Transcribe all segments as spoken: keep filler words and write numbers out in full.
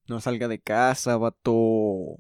No salga de casa, vato.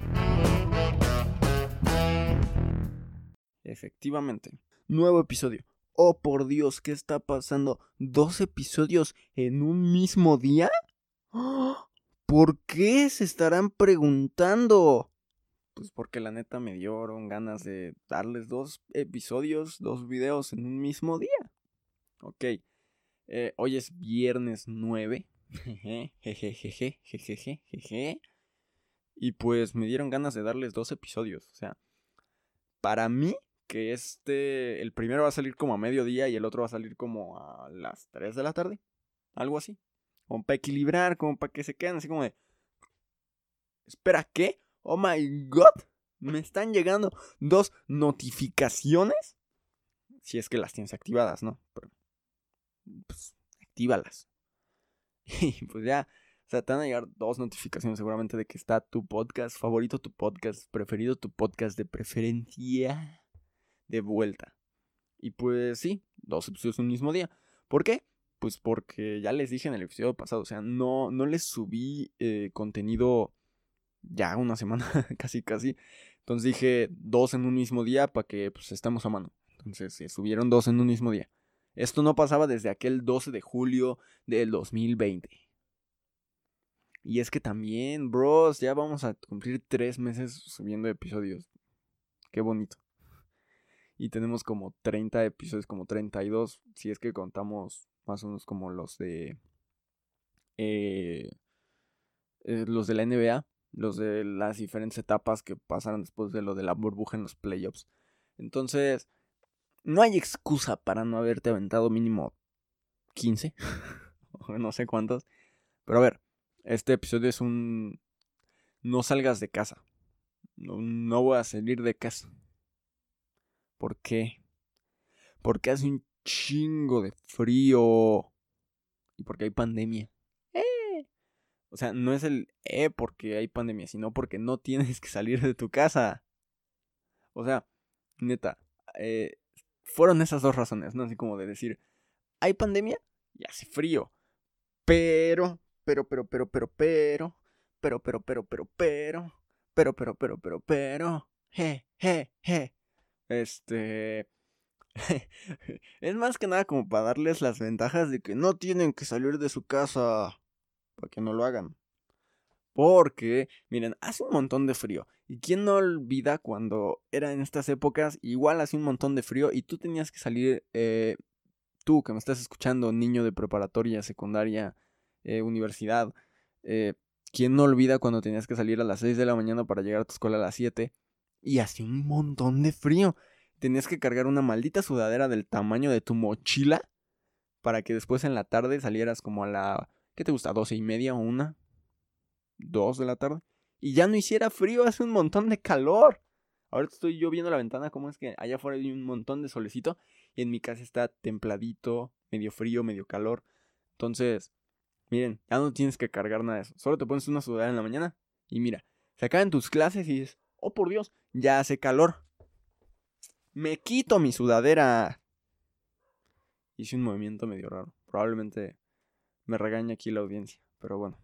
Efectivamente. Nuevo episodio. Oh, por Dios, ¿qué está pasando? ¿Dos episodios en un mismo día? ¿Por qué se estarán preguntando? Pues porque la neta me dieron ganas de darles dos episodios, dos videos en un mismo día. Ok. Eh, hoy es viernes nueve. Jeje, jejeje, jejeje, jeje. Y pues me dieron ganas de darles dos episodios. O sea, para mí, que este, el primero va a salir como a mediodía y el otro va a salir como a las tres de la tarde. Algo así. Como para equilibrar, como para que se queden así como de... Espera, ¿qué? Oh my god. Me están llegando dos notificaciones. Si es que las tienes activadas, ¿no? Pero, pues, actívalas. Y pues ya, o sea, te van a llegar dos notificaciones seguramente de que está tu podcast favorito, tu podcast preferido, tu podcast de preferencia de vuelta. Y pues sí, dos episodios un mismo día. ¿Por qué? Pues porque ya les dije en el episodio pasado, o sea, no, no les subí eh, contenido ya una semana, casi casi. Entonces dije dos en un mismo día para que pues estemos a mano. Entonces se subieron dos en un mismo día. Esto no pasaba desde aquel doce de julio del dos mil veinte. Y es que también, bros, ya vamos a cumplir tres meses subiendo episodios. Qué bonito. Y tenemos como treinta episodios, como treinta y dos, si es que contamos más o menos como los de... Eh, eh, los de la N B A, los de las diferentes etapas que pasaron después de lo de la burbuja en los playoffs. Entonces, no hay excusa para no haberte aventado mínimo quince, no sé cuántos. Pero a ver, este episodio es un... No salgas de casa. No, no voy a salir de casa. ¿Por qué? Porque hace un chingo de frío. Y porque hay pandemia. ¡Eh! O sea, no es el eh porque hay pandemia, sino porque no tienes que salir de tu casa. O sea, neta, eh, fueron esas dos razones, ¿no? Así como de decir, hay pandemia y hace frío. Pero, pero, pero, pero, pero, pero, pero, pero, pero, pero, pero, pero, pero, pero, pero, pero, je, je, je. Este... es más que nada como para darles las ventajas de que no tienen que salir de su casa para que no lo hagan. Porque, miren, hace un montón de frío. ¿Y quién no olvida cuando era en estas épocas? Igual hace un montón de frío y tú tenías que salir, eh, tú que me estás escuchando, niño de preparatoria, secundaria, eh, universidad. Eh, ¿Quién no olvida cuando tenías que salir a las seis de la mañana para llegar a tu escuela a las siete? Y hacía un montón de frío. Tenías que cargar una maldita sudadera del tamaño de tu mochila para que después en la tarde salieras como a la... ¿Qué te gusta? ¿Doce y media o una? ¿Dos de la tarde? Y ya no hiciera frío, hace un montón de calor. Ahorita estoy yo viendo la ventana, como es que allá afuera hay un montón de solecito y en mi casa está templadito, medio frío, medio calor. Entonces, miren, ya no tienes que cargar nada de eso. Solo te pones una sudadera en la mañana y mira, se acaban tus clases y dices, oh por Dios, ya hace calor. Me quito mi sudadera. Hice un movimiento medio raro. Probablemente me regaña aquí la audiencia, pero bueno.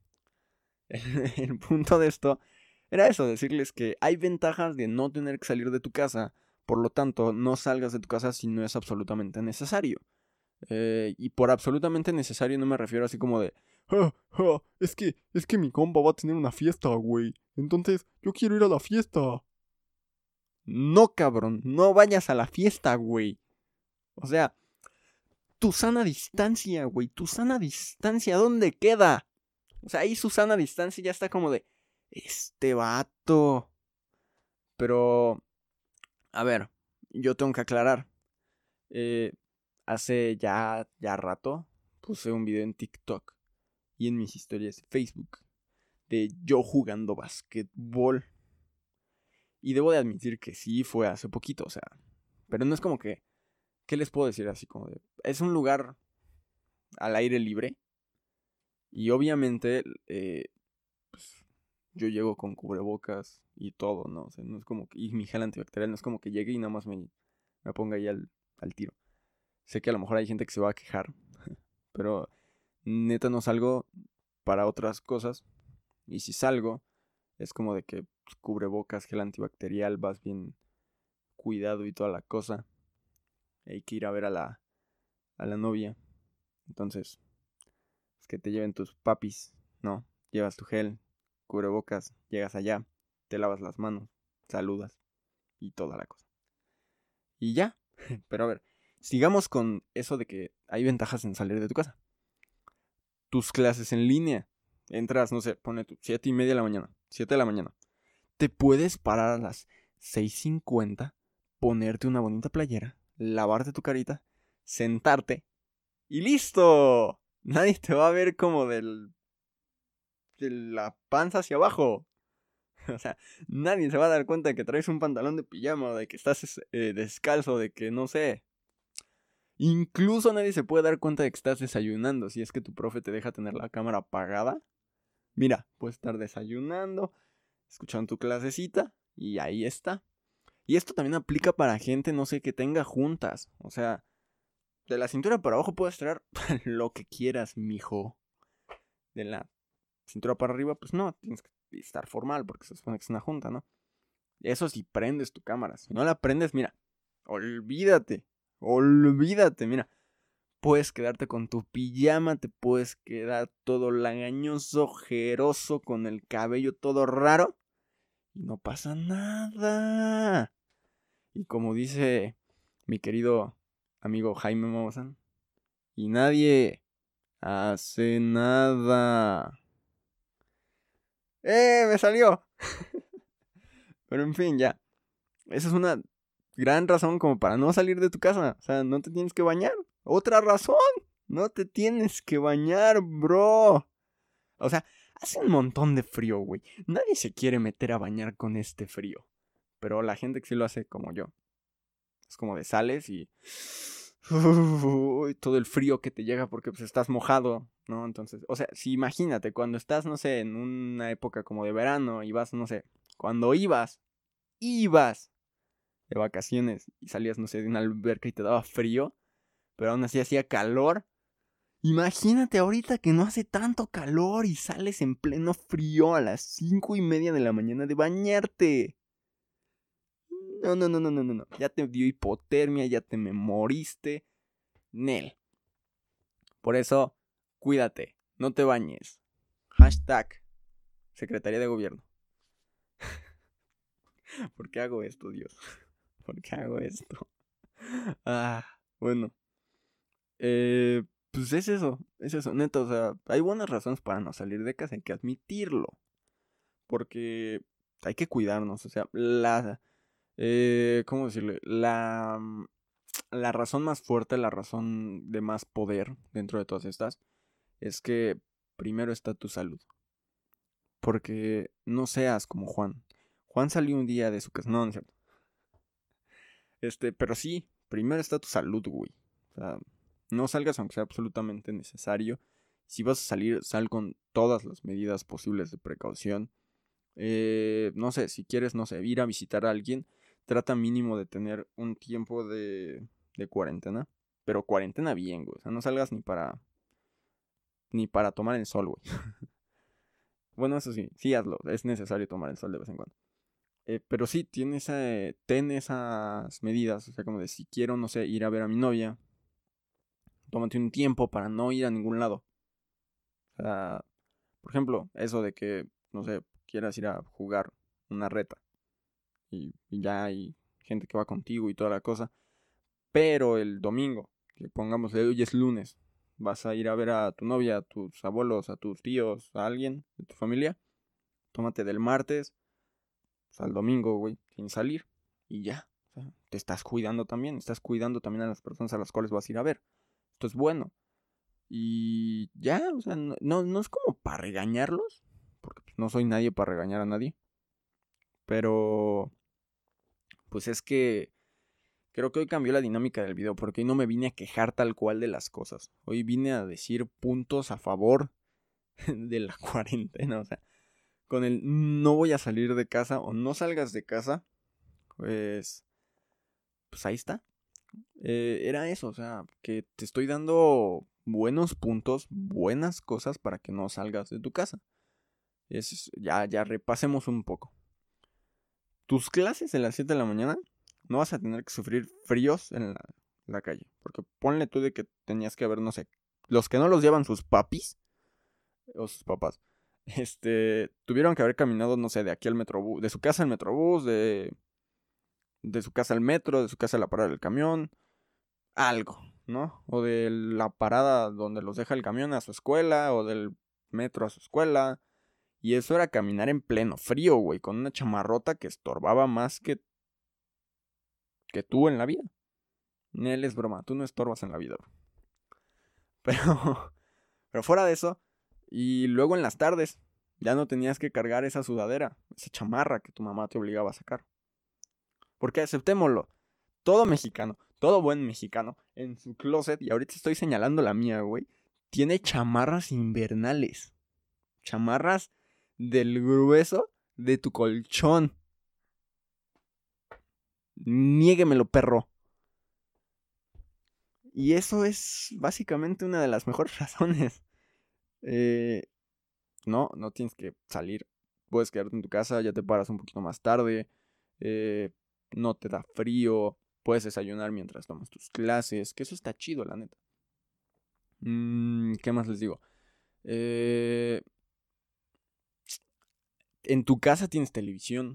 El punto de esto era eso, decirles que hay ventajas de no tener que salir de tu casa, por lo tanto, no salgas de tu casa si no es absolutamente necesario. Eh, y por absolutamente necesario no me refiero así como de, ah, ah, es que, es que mi compa va a tener una fiesta, güey. Entonces, yo quiero ir a la fiesta. No, cabrón, no vayas a la fiesta, güey. O sea, tu sana distancia, güey, tu sana distancia, ¿dónde queda? O sea, ahí su sana distancia ya está como de, este vato. Pero, a ver, yo tengo que aclarar. Eh, hace ya, ya rato puse un video en TikTok y en mis historias de Facebook de yo jugando basquetbol. Y debo de admitir que sí fue hace poquito, o sea. Pero no es como que, ¿qué les puedo decir así como de? Es un lugar al aire libre. Y obviamente, eh, pues, yo llego con cubrebocas y todo, ¿no? O sea, no es como que, y mi gel antibacterial, no es como que llegue y nada más me, me ponga ahí al, al tiro. Sé que a lo mejor hay gente que se va a quejar, pero neta no salgo para otras cosas. Y si salgo, es como de que pues, cubrebocas, gel antibacterial, vas bien cuidado y toda la cosa. Hay que ir a ver a la, a la novia. Entonces, es que te lleven tus papis, ¿no? Llevas tu gel, cubrebocas, llegas allá, te lavas las manos, saludas y toda la cosa. Y ya, pero a ver, sigamos con eso de que hay ventajas en salir de tu casa. Tus clases en línea. Entras, no sé, pone tú, siete y media de la mañana, siete de la mañana. Te puedes parar a las seis cincuenta, ponerte una bonita playera, lavarte tu carita, sentarte y ¡listo! Nadie te va a ver como del... de la panza hacia abajo. O sea, nadie se va a dar cuenta de que traes un pantalón de pijama, o de que estás eh, descalzo, de que no sé. Incluso nadie se puede dar cuenta de que estás desayunando si es que tu profe te deja tener la cámara apagada. Mira, puedes estar desayunando, escuchando tu clasecita y ahí está. Y esto también aplica para gente, no sé, que tenga juntas. O sea, de la cintura para abajo puedes traer lo que quieras, mijo. De la cintura para arriba, pues no, tienes que estar formal porque se supone que es una junta, ¿no? Eso si prendes tu cámara. Si no la prendes, mira, olvídate. Olvídate, mira. Puedes quedarte con tu pijama, te puedes quedar todo lagañoso, ojeroso, con el cabello todo raro. Y no pasa nada. Y como dice mi querido amigo Jaime Maussan, y nadie hace nada. ¡Eh! ¡Me salió! Pero en fin, ya. Esa es una gran razón como para no salir de tu casa. O sea, no te tienes que bañar. Otra razón. No te tienes que bañar, bro. O sea, hace un montón de frío, güey. Nadie se quiere meter a bañar con este frío. Pero la gente que sí lo hace como yo. Es como de sales y... Uy, todo el frío que te llega porque pues estás mojado, ¿no? Entonces, o sea, si imagínate, cuando estás, no sé, en una época como de verano y vas, no sé, cuando ibas, ibas de vacaciones y salías, no sé, de una alberca y te daba frío, pero aún así hacía calor. Imagínate ahorita que no hace tanto calor y sales en pleno frío a las cinco y media de la mañana de bañarte. No, no, no, no, no, no. Ya te dio hipotermia, ya te me moriste. Nel. Por eso, cuídate, no te bañes. Hashtag Secretaría de Gobierno. ¿Por qué hago esto, Dios? ¿Por qué hago esto? Ah, bueno. Eh, pues es eso, es eso, neto. O sea, hay buenas razones para no salir de casa, hay que admitirlo. Porque hay que cuidarnos, o sea, la... Eh, ¿cómo decirle? La... La razón más fuerte, la razón de más poder dentro de todas estas, es que primero está tu salud. Porque no seas como Juan. Juan salió un día de su casa. No, no es cierto. Este, pero sí, primero está tu salud, güey. O sea, no salgas aunque sea absolutamente necesario. Si vas a salir, sal con todas las medidas posibles de precaución. Eh, no sé, si quieres, no sé, ir a visitar a alguien, trata mínimo de tener un tiempo de, de cuarentena. Pero cuarentena bien, güey. O sea, no salgas ni para... Ni para tomar el sol, güey. Bueno, eso sí, sí hazlo. Es necesario tomar el sol de vez en cuando. Eh, pero sí, tiene esa, ten esas medidas. O sea, como de si quiero, no sé, ir a ver a mi novia, tómate un tiempo para no ir a ningún lado. O sea, por ejemplo, eso de que, no sé, quieras ir a jugar una reta. Y, y ya hay gente que va contigo y toda la cosa. Pero el domingo, que pongamos, hoy es lunes, vas a ir a ver a tu novia, a tus abuelos, a tus tíos, a alguien de tu familia. Tómate del martes al domingo, güey, sin salir. Y ya. O sea, te estás cuidando también. Estás cuidando también a las personas a las cuales vas a ir a ver. Esto es bueno. Y ya, o sea, no, no, no es como para regañarlos. Porque pues, no soy nadie para regañar a nadie. Pero, pues es que creo que hoy cambió la dinámica del video. Porque hoy no me vine a quejar tal cual de las cosas. Hoy vine a decir puntos a favor de la cuarentena. O sea, con el no voy a salir de casa o no salgas de casa. Pues, pues ahí está. Eh, era eso, o sea, que te estoy dando buenos puntos, buenas cosas para que no salgas de tu casa. Es, ya, ya repasemos un poco. Tus clases a las siete de la mañana no vas a tener que sufrir fríos en la, la calle. Porque ponle tú de que tenías que ver, no sé, los que no los llevan sus papis o sus papás, este, tuvieron que haber caminado, no sé, de aquí al metrobús, de su casa al metrobús, de, de su casa al metro, de su casa a la parada del camión, algo, ¿no? O de la parada donde los deja el camión a su escuela, o del metro a su escuela. Y eso era caminar en pleno frío, güey, con una chamarrota que estorbaba más que, que tú en la vida. Él es broma, tú no estorbas en la vida, bro. Pero, pero fuera de eso, y luego en las tardes, ya no tenías que cargar esa sudadera, esa chamarra que tu mamá te obligaba a sacar. Porque aceptémoslo, todo mexicano, todo buen mexicano, en su closet, y ahorita estoy señalando la mía, güey, tiene chamarras invernales. Chamarras del grueso de tu colchón. Niéguemelo, perro. Y eso es básicamente una de las mejores razones. Eh, no, no tienes que salir. Puedes quedarte en tu casa, ya te paras un poquito más tarde. Eh, no te da frío. Puedes desayunar mientras tomas tus clases. Que eso está chido, la neta. Mm, ¿Qué más les digo? Eh, en tu casa tienes televisión.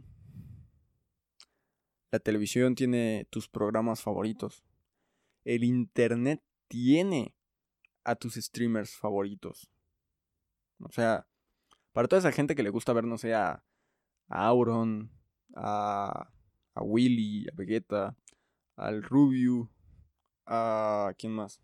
La televisión tiene tus programas favoritos. El internet tiene a tus streamers favoritos. O sea, para toda esa gente que le gusta ver, no sé, a, a Auron, a, a Willy, a Vegeta, al Rubiu, a... ¿quién más?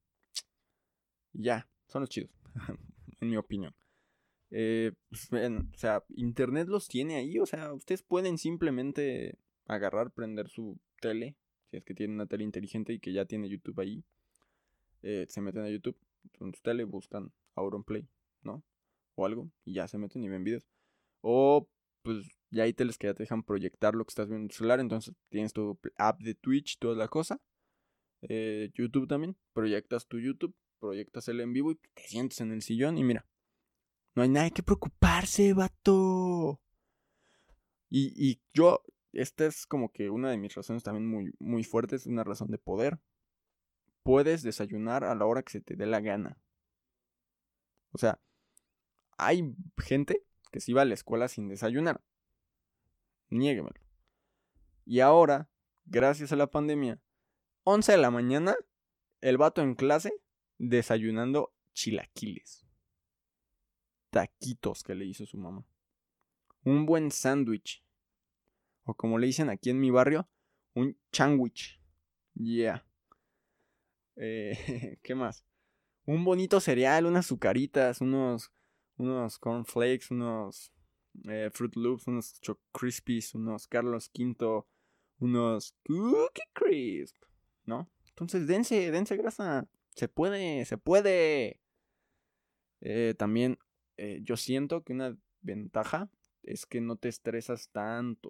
Ya, son los chidos, en mi opinión. Eh, pues, ven, o sea, internet los tiene ahí, o sea, ustedes pueden simplemente agarrar, prender su tele, si es que tienen una tele inteligente y que ya tiene YouTube ahí. Eh, se meten a YouTube, con su tele, buscan Auronplay, ¿no? O algo, y ya se meten y ven videos. O pues ya hay teles que ya te dejan proyectar lo que estás viendo en tu celular, entonces tienes tu app de Twitch, toda la cosa. Eh, YouTube también, proyectas tu YouTube, proyectas el en vivo y te sientes en el sillón y mira, no hay nada que preocuparse, vato. Y, y yo, esta es como que una de mis razones también muy, muy fuertes, una razón de poder. Puedes desayunar a la hora que se te dé la gana. O sea, hay gente que se iba a la escuela sin desayunar. Niéguemelo. Y ahora, gracias a la pandemia, once de la mañana, el vato en clase desayunando chilaquiles. Taquitos que le hizo su mamá. Un buen sándwich. O como le dicen aquí en mi barrio, un chanwich. Yeah. Eh, ¿Qué más? Un bonito cereal, unas azucaritas, unos, unos cornflakes, unos eh, Fruit Loops, unos Choc Crispies, unos Carlos Quinto, unos Cookie Crisp, ¿no? Entonces dense, dense grasa. Se puede, se puede. Eh, también eh, yo siento que una ventaja es que no te estresas tanto.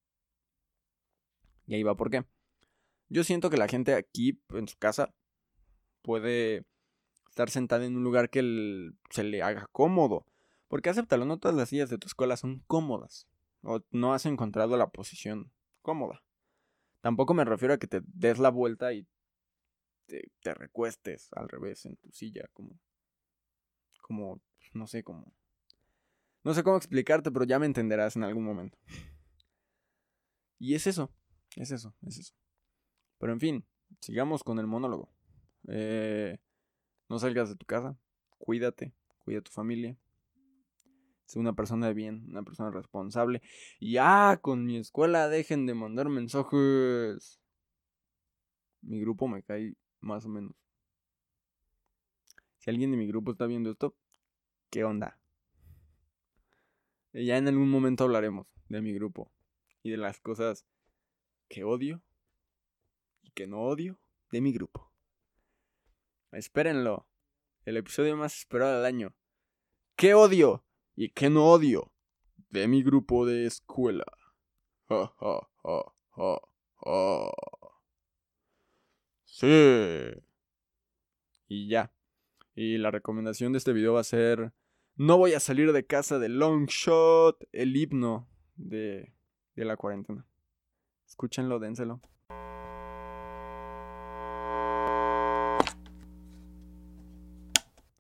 Y ahí va, ¿por qué? Yo siento que la gente aquí en su casa puede estar sentada en un lugar que el, se le haga cómodo. Porque acéptalo, no todas las sillas de tu escuela son cómodas. O no has encontrado la posición cómoda. Tampoco me refiero a que te des la vuelta y te, te recuestes al revés en tu silla. Como, como, no sé, como... No sé cómo explicarte, pero ya me entenderás en algún momento. Y es eso, es eso, es eso. Pero en fin, sigamos con el monólogo. Eh, no salgas de tu casa, cuídate, cuida a tu familia. Sé una persona de bien, una persona responsable. Y ah, con mi escuela dejen de mandar mensajes. Mi grupo me cae más o menos. Si alguien de mi grupo está viendo esto, ¿qué onda? Ya en algún momento hablaremos de mi grupo y de las cosas que odio y que no odio de mi grupo. Espérenlo. El episodio más esperado del año. ¿Qué odio y qué no odio de mi grupo de escuela? Ja, ja, ja, ja, ja. Sí. Y ya. Y la recomendación de este video va a ser... No voy a salir de casa de Long Shot, el himno de, de la cuarentena. Escúchenlo, dénselo.